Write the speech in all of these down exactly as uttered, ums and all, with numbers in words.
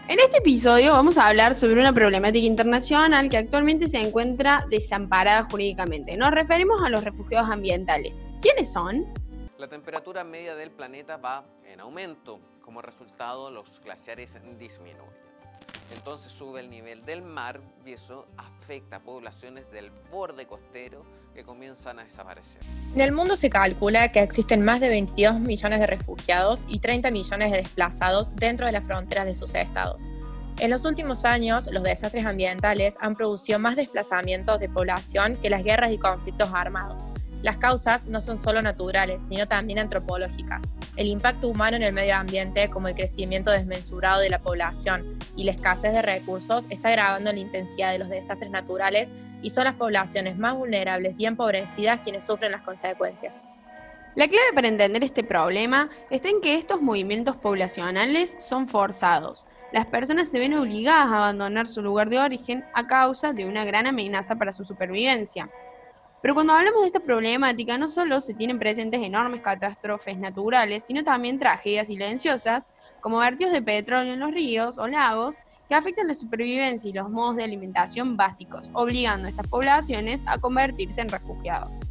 En este episodio vamos a hablar sobre una problemática internacional que actualmente se encuentra desamparada jurídicamente. Nos referimos a los refugiados ambientales. ¿Quiénes son? La temperatura media del planeta va en aumento. Como resultado, los glaciares disminuyen. Entonces sube el nivel del mar y eso afecta a poblaciones del borde costero que comienzan a desaparecer. En el mundo se calcula que existen más de veintidós millones de refugiados y treinta millones de desplazados dentro de las fronteras de sus estados. En los últimos años, los desastres ambientales han producido más desplazamientos de población que las guerras y conflictos armados. Las causas no son solo naturales, sino también antropológicas. El impacto humano en el medio ambiente, como el crecimiento desmesurado de la población y la escasez de recursos, está agravando la intensidad de los desastres naturales y son las poblaciones más vulnerables y empobrecidas quienes sufren las consecuencias. La clave para entender este problema está en que estos movimientos poblacionales son forzados. Las personas se ven obligadas a abandonar su lugar de origen a causa de una gran amenaza para su supervivencia. Pero cuando hablamos de esta problemática, no solo se tienen presentes enormes catástrofes naturales, sino también tragedias silenciosas, como vertidos de petróleo en los ríos o lagos, que afectan la supervivencia y los modos de alimentación básicos, obligando a estas poblaciones a convertirse en refugiados.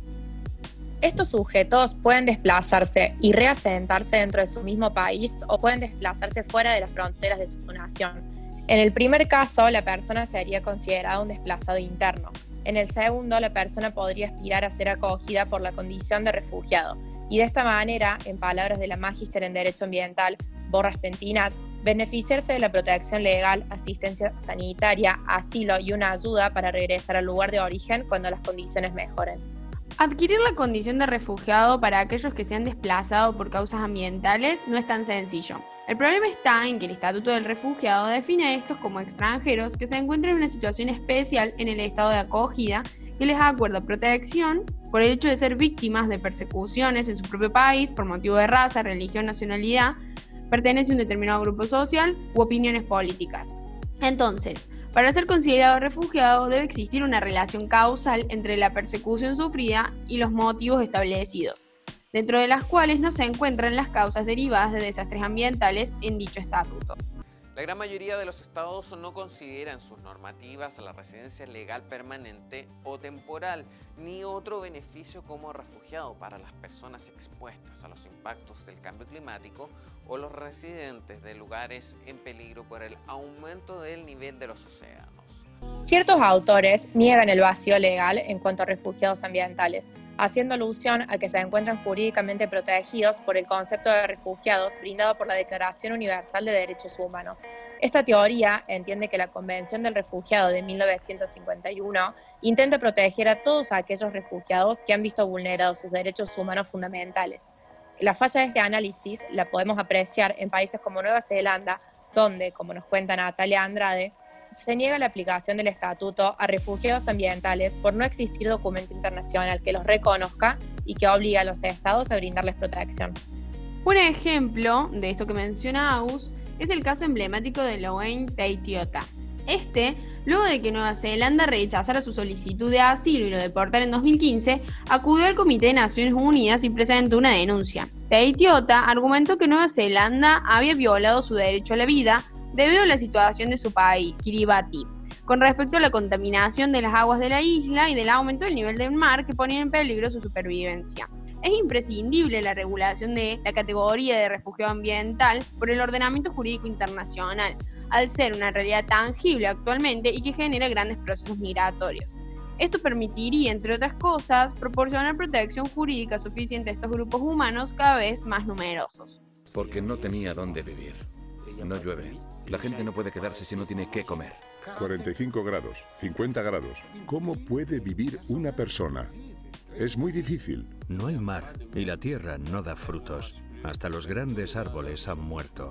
Estos sujetos pueden desplazarse y reasentarse dentro de su mismo país o pueden desplazarse fuera de las fronteras de su nación. En el primer caso, la persona sería considerada un desplazado interno. En el segundo, la persona podría aspirar a ser acogida por la condición de refugiado. Y de esta manera, en palabras de la magíster en Derecho Ambiental, Borras Pentinat, beneficiarse de la protección legal, asistencia sanitaria, asilo y una ayuda para regresar al lugar de origen cuando las condiciones mejoren. Adquirir la condición de refugiado para aquellos que se han desplazado por causas ambientales no es tan sencillo. El problema está en que el Estatuto del Refugiado define a estos como extranjeros que se encuentran en una situación especial en el estado de acogida que les acuerda protección por el hecho de ser víctimas de persecuciones en su propio país por motivo de raza, religión, nacionalidad, pertenece a un determinado grupo social u opiniones políticas. Entonces, para ser considerado refugiado debe existir una relación causal entre la persecución sufrida y los motivos establecidos, dentro de las cuales no se encuentran las causas derivadas de desastres ambientales en dicho estatuto. La gran mayoría de los estados no considera en sus normativas la residencia legal permanente o temporal, ni otro beneficio como refugiado para las personas expuestas a los impactos del cambio climático o los residentes de lugares en peligro por el aumento del nivel de los océanos. Ciertos autores niegan el vacío legal en cuanto a refugiados ambientales, haciendo alusión a que se encuentran jurídicamente protegidos por el concepto de refugiados brindado por la Declaración Universal de Derechos Humanos. Esta teoría entiende que la Convención del Refugiado de mil novecientos cincuenta y uno intenta proteger a todos aquellos refugiados que han visto vulnerados sus derechos humanos fundamentales. La falla de este análisis la podemos apreciar en países como Nueva Zelanda, donde, como nos cuenta Natalia Andrade, se niega la aplicación del estatuto a refugiados ambientales por no existir documento internacional que los reconozca y que obliga a los estados a brindarles protección. Un ejemplo de esto que menciona Agus es el caso emblemático de Loane Taitiota. Este, luego de que Nueva Zelanda rechazara su solicitud de asilo y lo deportara en dos mil quince, acudió al Comité de Naciones Unidas y presentó una denuncia. Taitiota argumentó que Nueva Zelanda había violado su derecho a la vida debido a la situación de su país, Kiribati, con respecto a la contaminación de las aguas de la isla y del aumento del nivel del mar que ponía en peligro su supervivencia. Es imprescindible la regulación de la categoría de refugio ambiental por el ordenamiento jurídico internacional, al ser una realidad tangible actualmente y que genera grandes procesos migratorios. Esto permitiría, entre otras cosas, proporcionar protección jurídica suficiente a estos grupos humanos cada vez más numerosos. Porque no tenía dónde vivir. No llueve. La gente no puede quedarse si no tiene qué comer. cuarenta y cinco grados, cincuenta grados. ¿Cómo puede vivir una persona? Es muy difícil. No hay mar y la tierra no da frutos. Hasta los grandes árboles han muerto.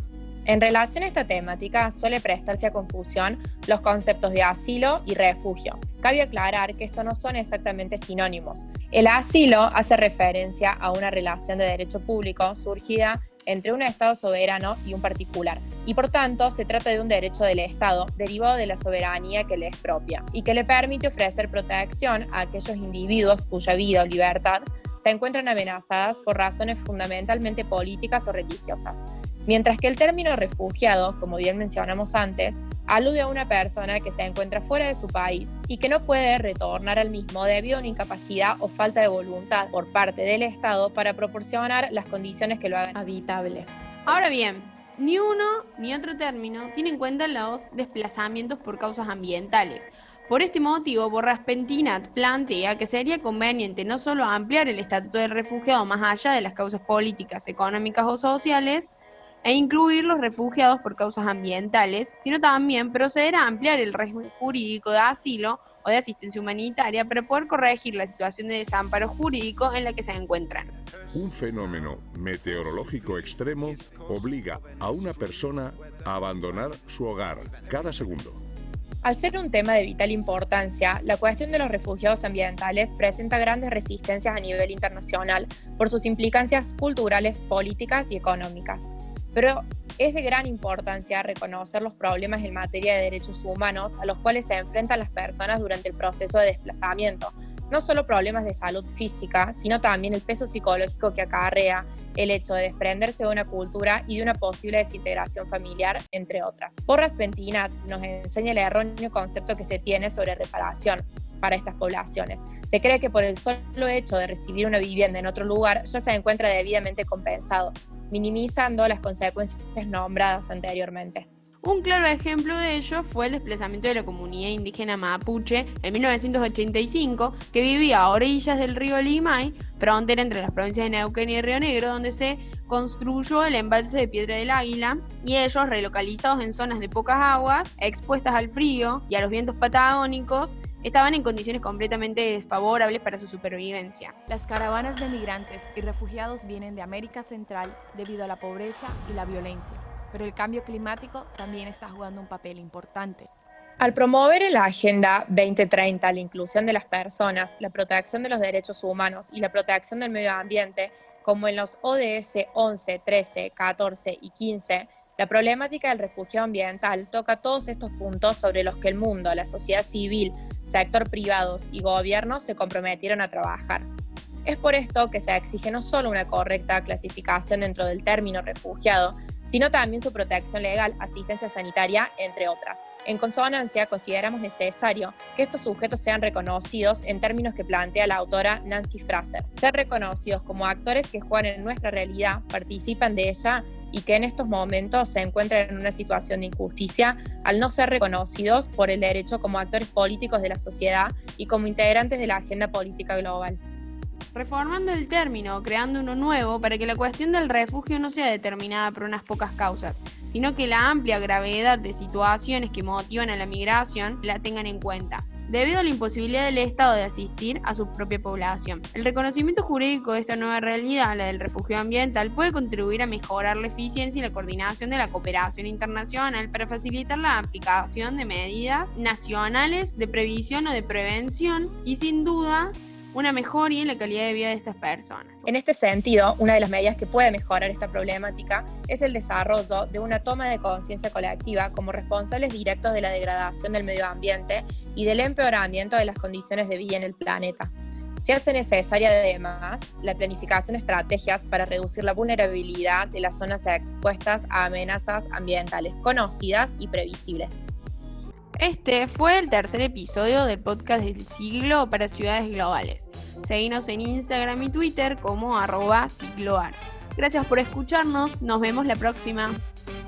En relación a esta temática, suele prestarse a confusión los conceptos de asilo y refugio. Cabe aclarar que estos no son exactamente sinónimos. El asilo hace referencia a una relación de derecho público surgida entre un Estado soberano y un particular, y por tanto se trata de un derecho del Estado derivado de la soberanía que le es propia y que le permite ofrecer protección a aquellos individuos cuya vida o libertad se encuentran amenazadas por razones fundamentalmente políticas o religiosas. Mientras que el término refugiado, como bien mencionamos antes, alude a una persona que se encuentra fuera de su país y que no puede retornar al mismo debido a una incapacidad o falta de voluntad por parte del Estado para proporcionar las condiciones que lo hagan habitable. Ahora bien, ni uno ni otro término tiene en cuenta los desplazamientos por causas ambientales. Por este motivo, Borras Pentinat plantea que sería conveniente no solo ampliar el estatuto del refugiado más allá de las causas políticas, económicas o sociales, e incluir los refugiados por causas ambientales, sino también proceder a ampliar el régimen jurídico de asilo o de asistencia humanitaria para poder corregir la situación de desamparo jurídico en la que se encuentran. Un fenómeno meteorológico extremo obliga a una persona a abandonar su hogar cada segundo. Al ser un tema de vital importancia, la cuestión de los refugiados ambientales presenta grandes resistencias a nivel internacional por sus implicancias culturales, políticas y económicas. Pero es de gran importancia reconocer los problemas en materia de derechos humanos a los cuales se enfrentan las personas durante el proceso de desplazamiento. No solo problemas de salud física, sino también el peso psicológico que acarrea el hecho de desprenderse de una cultura y de una posible desintegración familiar, entre otras. Borras Pentinat nos enseña el erróneo concepto que se tiene sobre reparación para estas poblaciones. Se cree que por el solo hecho de recibir una vivienda en otro lugar ya se encuentra debidamente compensado, minimizando las consecuencias nombradas anteriormente. Un claro ejemplo de ello fue el desplazamiento de la comunidad indígena mapuche en mil novecientos ochenta y cinco, que vivía a orillas del río Limay, frontera entre las provincias de Neuquén y Río Negro, donde se construyó el embalse de Piedra del Águila, y ellos, relocalizados en zonas de pocas aguas, expuestas al frío y a los vientos patagónicos, estaban en condiciones completamente desfavorables para su supervivencia. Las caravanas de migrantes y refugiados vienen de América Central debido a la pobreza y la violencia, pero el cambio climático también está jugando un papel importante. Al promover en la Agenda veinte treinta la inclusión de las personas, la protección de los derechos humanos y la protección del medio ambiente, como en los O D S once, trece, catorce y quince, la problemática del refugio ambiental toca todos estos puntos sobre los que el mundo, la sociedad civil, sector privados y gobiernos se comprometieron a trabajar. Es por esto que se exige no solo una correcta clasificación dentro del término refugiado, sino también su protección legal, asistencia sanitaria, entre otras. En consonancia, consideramos necesario que estos sujetos sean reconocidos en términos que plantea la autora Nancy Fraser. Ser reconocidos como actores que juegan en nuestra realidad, participan de ella y que en estos momentos se encuentran en una situación de injusticia al no ser reconocidos por el derecho como actores políticos de la sociedad y como integrantes de la agenda política global. Reformando el término, creando uno nuevo para que la cuestión del refugio no sea determinada por unas pocas causas, sino que la amplia gravedad de situaciones que motivan a la migración la tengan en cuenta, debido a la imposibilidad del Estado de asistir a su propia población. El reconocimiento jurídico de esta nueva realidad, la del refugio ambiental, puede contribuir a mejorar la eficiencia y la coordinación de la cooperación internacional para facilitar la aplicación de medidas nacionales de previsión o de prevención y, sin duda, una mejoría en la calidad de vida de estas personas. En este sentido, una de las medidas que puede mejorar esta problemática es el desarrollo de una toma de conciencia colectiva como responsables directos de la degradación del medio ambiente y del empeoramiento de las condiciones de vida en el planeta. Se hace necesaria además la planificación de estrategias para reducir la vulnerabilidad de las zonas expuestas a amenazas ambientales conocidas y previsibles. Este fue el tercer episodio del podcast del siglo para ciudades globales. Seguinos en Instagram y Twitter como arroba sigloar. Gracias por escucharnos, nos vemos la próxima.